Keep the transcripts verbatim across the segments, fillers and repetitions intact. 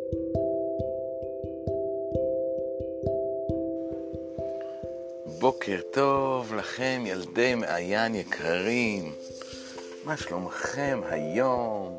בוקר טוב לכם ילדי מעיין יקרים, מה שלומכם היום?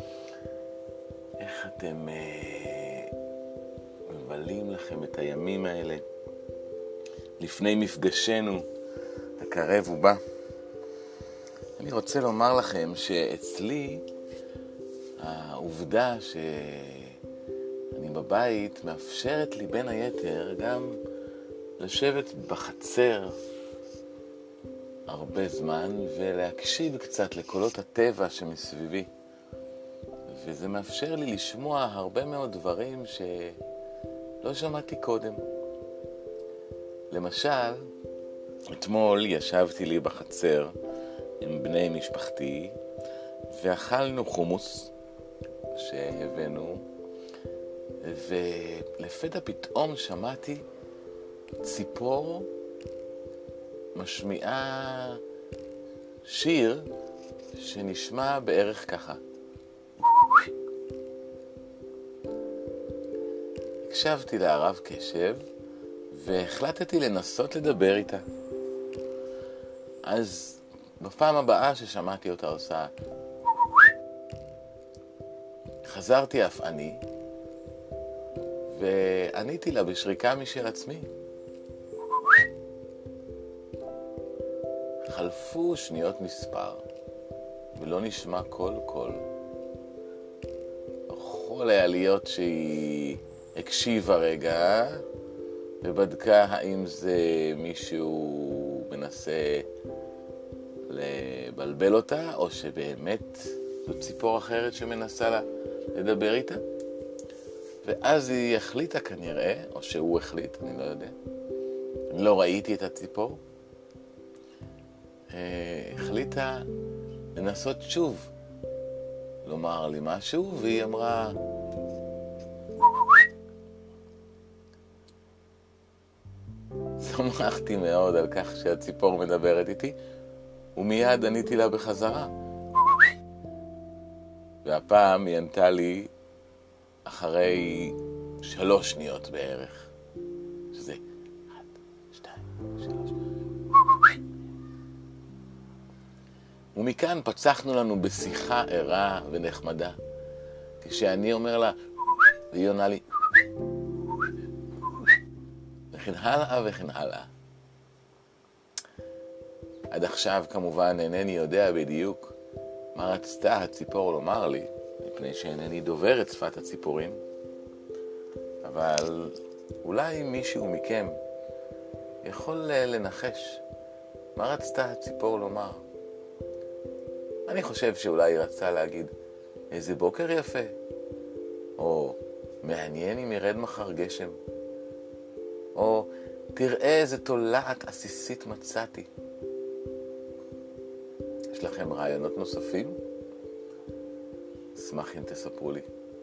איך אתם אה, מבלים לכם את הימים האלה לפני מפגשנו הקרב ובא? אני רוצה לומר לכם שאצלי העובדה שאני בבית מאפשרת לי בין היתר גם לשבת בחצר הרבה זמן ולהקשיב קצת לקולות הטבע שמסביבי. וזה מאפשר לי לשמוע הרבה מאוד דברים שלא שמעתי קודם. למשל, אתמול ישבתי לי בחצר עם בני משפחתי ואכלנו חומוס שהבאנו, ולפתע פתאום שמעתי ציפור משמיעה שיר שנשמע בערך ככה. הקשבתי לה רב קשב והחלטתי לנסות לדבר איתה. אז בפעם הבאה ששמעתי אותה עושה, חזרתי אף אני ועניתי לה בשריקה משל עצמי. חלפו שניות מספר ולא נשמע כל קול. יכול היה להיות שהיא הקשיבה רגע ובדקה האם זה מישהו מנסה לבלבל אותה, או שבאמת זו ציפור אחרת שמנסה לה לדבר איתה. ואז היא החליטה כנראה, או שהוא החליט, אני לא יודע, אני לא ראיתי את הציפור, החליטה לנסות שוב לומר לי משהו, והיא אמרה, שמחתי מאוד על כך שהציפור מדברת איתי, ומיד עניתי לה בחזרה. והפעם היא ענתה לי אחרי שלוש שניות בערך, שזה אחת, שתיים, שלוש. ומכאן פצחנו לנו בשיחה ערה ונחמדה, כשאני אומר לה, והיא עונה לי, וכן הלאה וכן הלאה. עד עכשיו כמובן אינני יודע בדיוק מה רצתה הציפור לומר לי, מפני שאינני דובר את שפת הציפורים, אבל אולי מישהו מכם יכול לנחש מה רצתה הציפור לומר. אני חושב שאולי היא רצתה להגיד, איזה בוקר יפה, או מעניין אם ירד מחר גשם, או תראה איזה תולעת עסיסית מצאתי. יש לכם רעיונות נוספים? אשמח אם תספרו לי.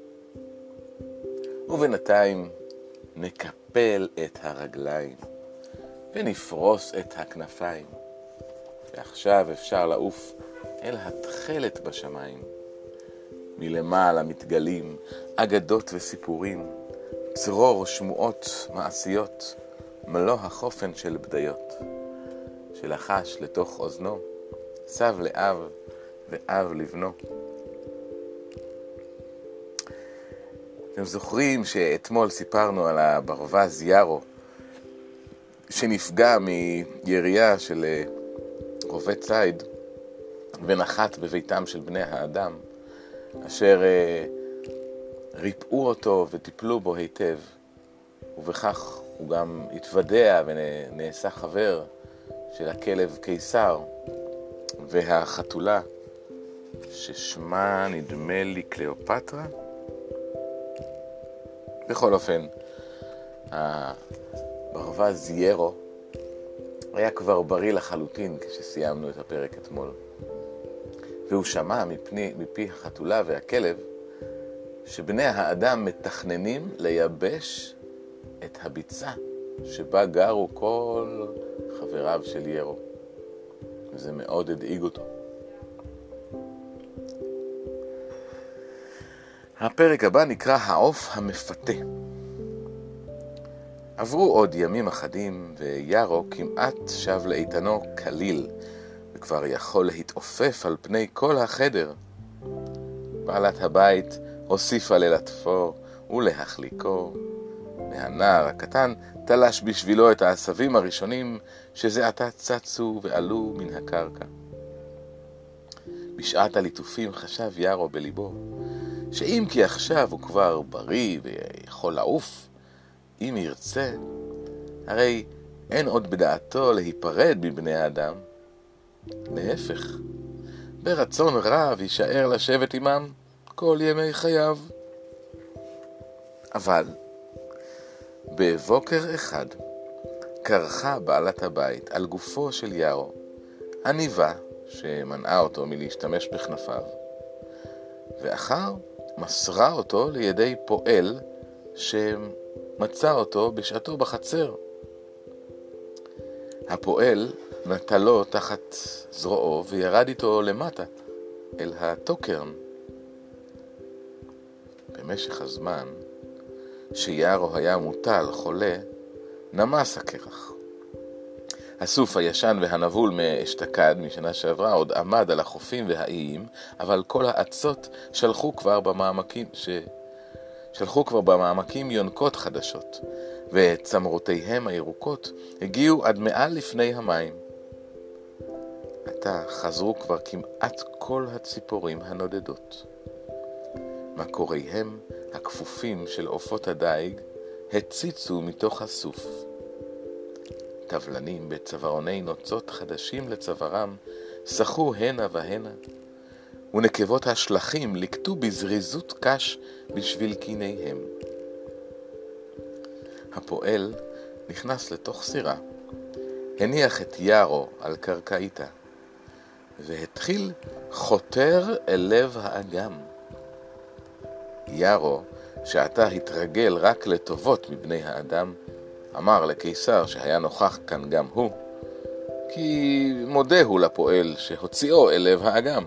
ובינתיים נקפל את הרגליים ונפרוס את הכנפיים, ועכשיו אפשר לעוף אל התחלת בשמיים. מלמעלה מתגלים אגדות וסיפורים, צרור שמועות מעשיות, מלוא החופן של בדיות, שלחש לתוך אוזנו, סב לאב ואב לבנו. אתם זוכרים שאתמול סיפרנו על הברווז יארו, שנפגע מירייה של רובה ציד ונחת בביתם של בני האדם, אשר ריפאו אותו וטיפלו בו היטב, ובכך הוא גם התוודע ונעשה חבר של הכלב קיסר והחתולה ששמה נדמה לי קליאופטרה. בכל אופן, הברווז יארו היה כבר בריא לחלוטין כשסיימנו את הפרק אתמול. והוא שמע מפני, מפי החתולה והכלב שבני האדם מתכננים לייבש את הביצה שבה גרו כל חבריו של יארו. וזה מאוד הדאיג אותו. הפרק הבא נקרא העוף המפתה. עברו עוד ימים אחדים, ויארו כמעט שב לאיתנו כליל, וכבר יכול להתעופף על פני כל החדר. בעלת הבית הוסיפה ללטפו ולהחליקו, והנער הקטן תלש בשבילו את העשבים הראשונים שזה עתה צצו ועלו מן הקרקע. בשעת הליטופים חשב יארו בליבו, שאם כי עכשיו הוא כבר בריא ויכול לעוף, אם ירצה, הרי אין עוד בדעתו להיפרד מבני האדם. להפך, ברצון רב יישאר לשבת עמם כל ימי חייו. אבל בבוקר אחד קרחה בעלת הבית על גופו של יארו עניבה שמנעה אותו מלהשתמש בכנפיו, ואחר מסרה אותו לידי פועל שמצא אותו בשעתו בחצר. הפועל נטלו תחת זרועו וירד איתו למטה אל הטוקרן. במשך הזמן שיארו היה מוטל חולה, נמס הקרח. הסוף הישן והנבול מאשתקד משנה שעברה עוד עמד על החופים והאיים, אבל כל האצות שלחו כבר במעמקים ש... שלחו כבר במעמקים יונקות חדשות, וצמרותיהם הירוקות הגיעו עד מעל לפני המים. עתה חזרו כבר כמעט כל הציפורים הנודדות. מקוריהם הכפופים של עופות הדייג הציצו מתוך הסוף. טבלנים בצווארוני נוצות חדשים לצווארם שחו הנה והנה, ונקבות השלחים לקטו בזריזות קש בשביל קיניהם. הפועל נכנס לתוך סירה, הניח את יארו על קרקעיתה, והתחיל חותר אל לב האגם. יארו, שעתה התרגל רק לטובות מבני האדם, אמר לקיסר שהיה נוכח כאן גם הוא, כי מודה הוא לפועל שהוציאו אל לב האגם.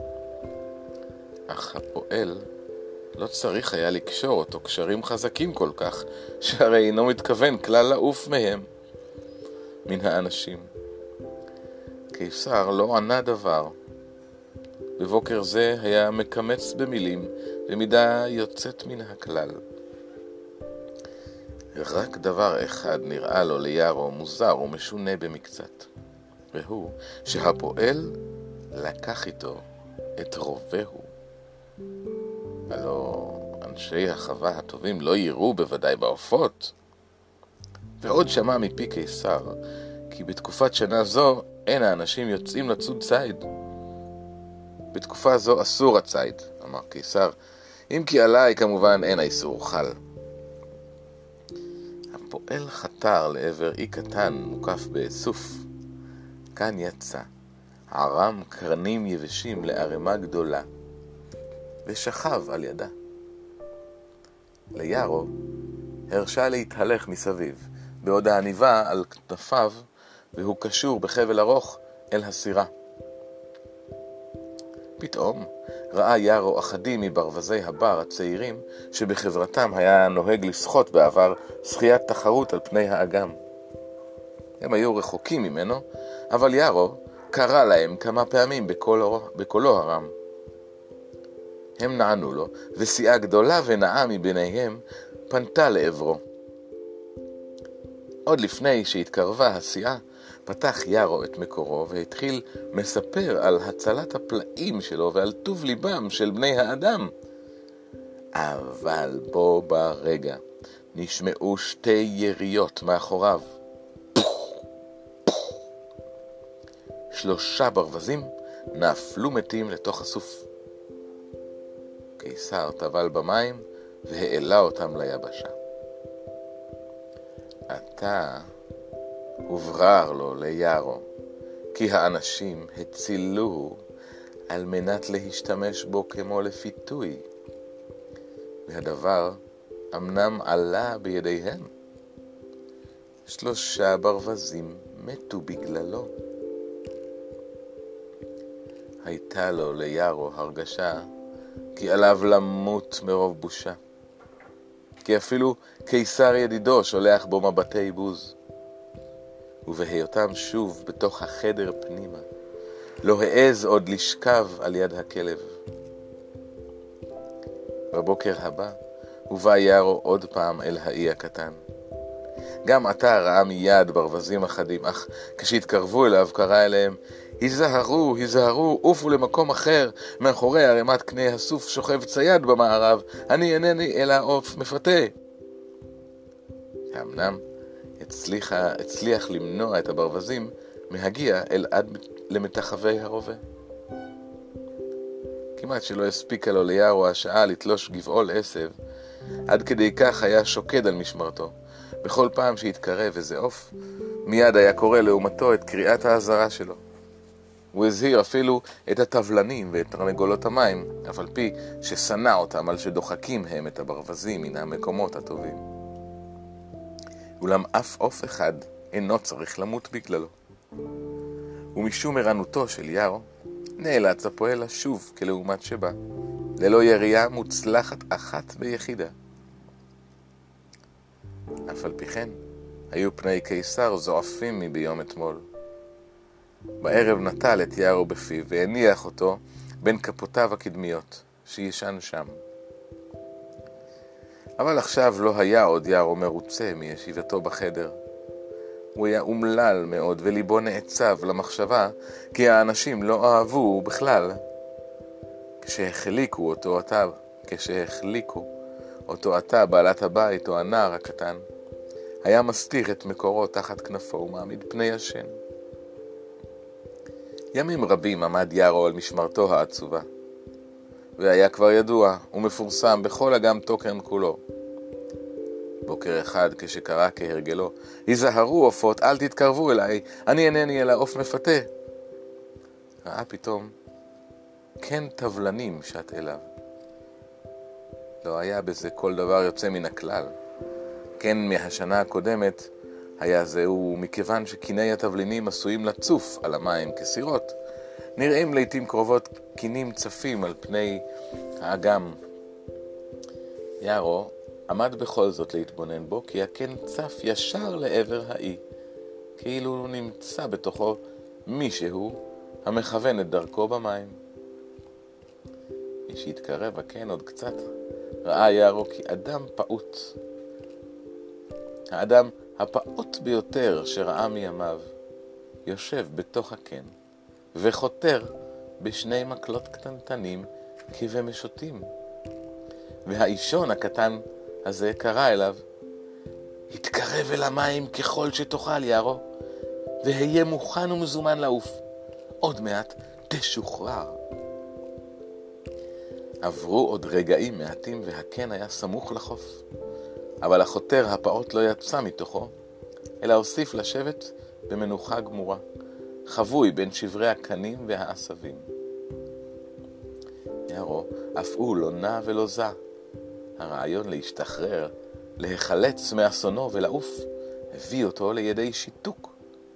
אך הפועל לא צריך היה לקשור אותו קשרים חזקים כל כך, שהרי אינו מתכוון כלל לעוף מהם, מן האנשים. קיסר לא ענה דבר. בבוקר זה היה מקמץ במילים, במידה יוצאת מן הכלל. רק דבר אחד נראה לו ליארו מוזר ומשונה במקצת, והוא שהפועל לקח איתו את רובהו. הלא אנשי החווה הטובים לא יראו בוודאי בעופות. ועוד שמע מפי קיסר כי בתקופת שנה זו אין האנשים יוצאים לצוד ציד. בתקופה זו אסור הציד, אמר קיסר, אם כי עליי כמובן אין האיסור חל. הפועל חתר לעבר אי קטן מוקף בסוף. כאן יצא ערם קרנים יבשים לערימה גדולה, ושכב על ידה. ליארו הרשה להתהלך מסביב, בעוד העניבה על כתפיו, והוא קשור בחבל ארוך אל הסירה. פתאום ראה יארו אחדים מברווזי הבר הצעירים, שבחברתם היה נוהג לשחות בעבר שחיית תחרות על פני האגם. הם היו רחוקים ממנו, אבל יארו קרא להם כמה פעמים בקולו, בקולו הרם. הם נענו לו, וסיעה גדולה ונעה מביניהם פנתה לעברו. עוד לפני שהתקרבה הסיעה, פתח יארו את מקורו והתחיל מספר על הצלת הפלאים שלו ועל טוב ליבם של בני האדם. אבל בו ברגע נשמעו שתי יריות מאחוריו. שלושה ברווזים נפלו מתים לתוך הסוף. קיסר טבל במים והעלה אותם ליבשה. עתה הוברר לו ליארו, כי האנשים הצילוהו על מנת להשתמש בו כמו לפיתוי, והדבר אמנם עלה בידיהם. שלושה ברווזים מתו בגללו. הייתה לו ליארו הרגשה כי עליו למות מרוב בושה. כי אפילו קיסר ידידו שולח בו מבטי בוז. ובהיותם שוב בתוך החדר פנימה, לא העז עוד לשכב על יד הכלב. בבוקר הבא הובא יארו עוד פעם אל האי הקטן. גם עתה ראה מיד ברווזים אחדים, אך כשהתקרבו אליו קרא אליהם, היזהרו, היזהרו, עופו למקום אחר, מאחורי ערימת קנה הסוף שוכב צייד במערב, אני אינני אלא עוף מפתה. אמנם הצליח, הצליח למנוע את הברווזים מהגיע אל עד למתחווי הרובה. כמעט שלא הספיקה לו ליארו השעה לתלוש גבעול עשב, עד כדי כך היה שוקד על משמרתו. בכל פעם שהתקרב איזה עוף, מיד היה קורא לעומתו את קריאת האזהרה שלו. הוא הזהיר אפילו את הטבלנים ואת תרנגולות המים, אף על פי ששנא אותם על שדוחקים הם את הברווזים מן המקומות הטובים. אולם אף עוף אחד אינו צריך למות בגללו. ומשום ערנותו של יארו, נאלץ הפועל לשוב כלעומת שבא, ללא ירייה מוצלחת אחת ביחידה. אף על פי כן, היו פני קיסר זועפים מביום אתמול. בערב נטל את יארו בפיו והניח אותו בין כפותיו הקדמיות, שישן שם. אבל עכשיו לא היה עוד יארו מרוצה מישיבתו בחדר. הוא היה אומלל מאוד וליבו נעצב למחשבה כי האנשים לא אהבו בכלל. כשהחליקו אותו עתה, כשהחליקו אותו עתה בעלת הבית או הנער הקטן, היה מסתיר את מקורו תחת כנפו ומעמיד פני ישן. ימים רבים עמד יארו על משמרתו העצובה, והיה כבר ידוע ומפורסם בכל אגם טוקרן כולו. בוקר אחד כשקרא כהרגלו, היזהרו עופות, אל תתקרבו אליי, אני אינני אלא עוף מפתה. ראה פתאום כן טבלנים שט אליו. לא היה בזה כל דבר יוצא מן הכלל. כן מהשנה הקודמת היה זהו מכיוון שקיני הטבלינים עשויים לצוף על המים כסירות. נראים לעתים קרובות קינים צפים על פני האגם. יארו עמד בכל זאת להתבונן בו, כי הקן צף ישר לעבר האי, כאילו הוא נמצא בתוכו מישהו המכוון את דרכו במים. מי שהתקרב הקן עוד קצת, ראה יארו כי אדם פעוט, האדם הפעוט ביותר שראה מימיו, יושב בתוך הקן וחותר בשני מקלות קטנטנים כבמשוטים. והאישון הקטן הזה קרא אליו, התקרב אל המים ככל שתוכל יארו, והיה מוכן ומזומן לעוף. עוד מעט תשוחרר. עברו עוד רגעים מעטים והקן היה סמוך לחוף. אבל החותר הפעוט לא יצא מתוכו, אלא הוסיף לשבת במנוחה גמורה, חבוי בין שברי הקנים והעשבים. יארו אף הוא לא נע ולא זע. הרעיון להשתחרר, להיחלץ מאסונו ולעוף, הביא אותו לידי שיתוק.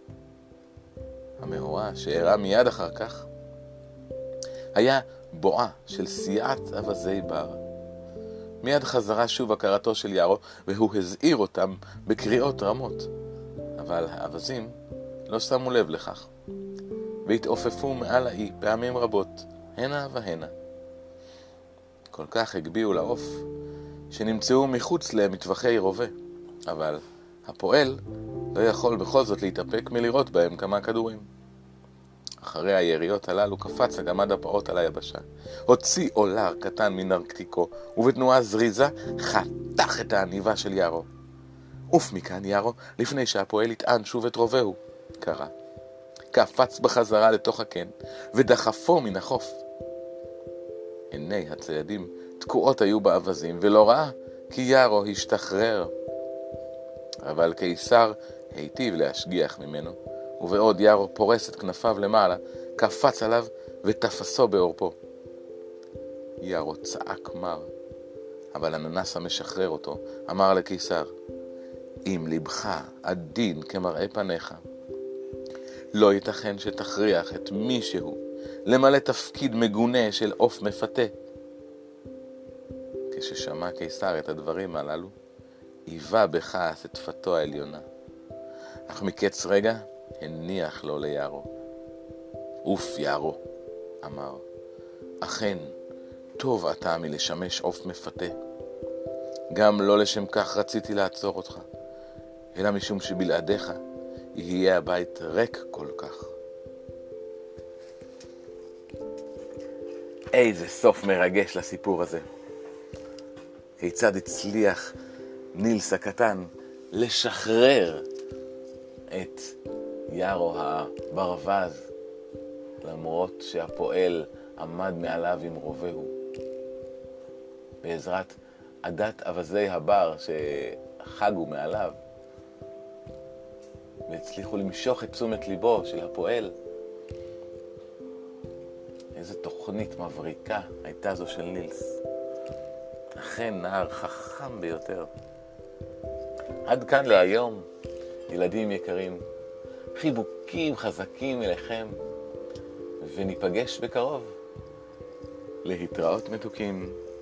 המאורע שאירע מיד אחר כך היה בועה של סיעת אבזי בר. מיד חזרה שוב הכרתו של יארו, והוא הזהיר אותם בקריאות רמות. אבל האבזים לא שמו לב לכך, והתעופפו מעל האי פעמים רבות, הנה והנה. כל כך הגביעו לעוף, שנמצאו מחוץ למטווחי רובה, אבל הפועל לא יכול בכל זאת להתאפק מלראות בהם כמה כדורים. אחרי היריות הללו קפץ הגמד הפעוט על היבשה, הוציא אולר קטן מנרקטיקו, ובתנועה זריזה חתך את העניבה של יארו. עוף מכאן יארו, לפני שהפועל יטען שוב את רובהו, קרא. קפץ בחזרה לתוך הקן, ודחפו מן החוף. עיני הציידים תקועות היו באבזים, ולא ראה כי יארו השתחרר. אבל קיסר היטיב להשגיח ממנו, ובעוד יארו פורס את כנפיו למעלה, קפץ עליו ותפסו בעורפו. יארו צעק מר, אבל הננס המשחרר אותו אמר לקיסר, אם לבך עדין כמראה פניך, לא ייתכן שתכריח את מישהו למלא תפקיד מגונה של עוף מפתה. כששמע קיסר את הדברים הללו, היווה בכעס את שפתו העליונה. אך מקץ רגע הניח לו ליערו. אוף יערו, אמר, אכן, טוב אתה מלשמש עוף מפתה. גם לא לשם כך רציתי לעצור אותך, אלא משום שבלעדיך יהיה הבית ריק כל כך. איזה סוף מרגש לסיפור הזה. כיצד הצליח נילס הקטן לשחרר את יערו הברווז, למרות שהפועל עמד מעליו עם רובהו. בעזרת עדת אבזי הבר שחגו מעליו, והצליחו למשוך את תשומת ליבו של הפועל. איזו תוכנית מבריקה הייתה זו של נילס. אכן נער חכם ביותר. עד כאן להיום, ילדים יקרים, חיבוקים חזקים אליכם, וניפגש בקרוב. להתראות מתוקים.